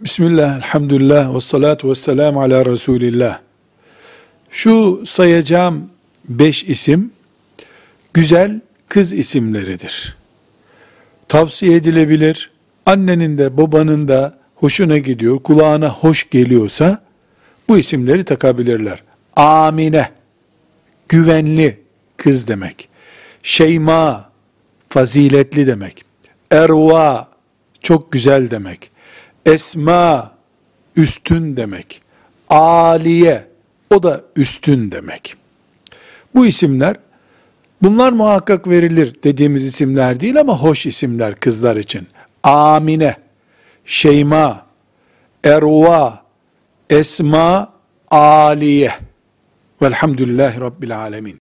Bismillah, elhamdülillah, ve salatu ve selamu ala Resulillah. Şu sayacağım 5 isim, güzel kız isimleridir. Tavsiye edilebilir, annenin de babanın da hoşuna gidiyor, kulağına hoş geliyorsa, bu isimleri takabilirler. Amine, güvenli kız demek. Şeyma, faziletli demek. Erva, çok güzel demek. Esma, üstün demek. Aliye, o da üstün demek. Bu isimler, bunlar muhakkak verilir dediğimiz isimler değil ama hoş isimler kızlar için. Amine, Şeyma, Erva, Esma, Aliye. Velhamdülillahi Rabbil alemin.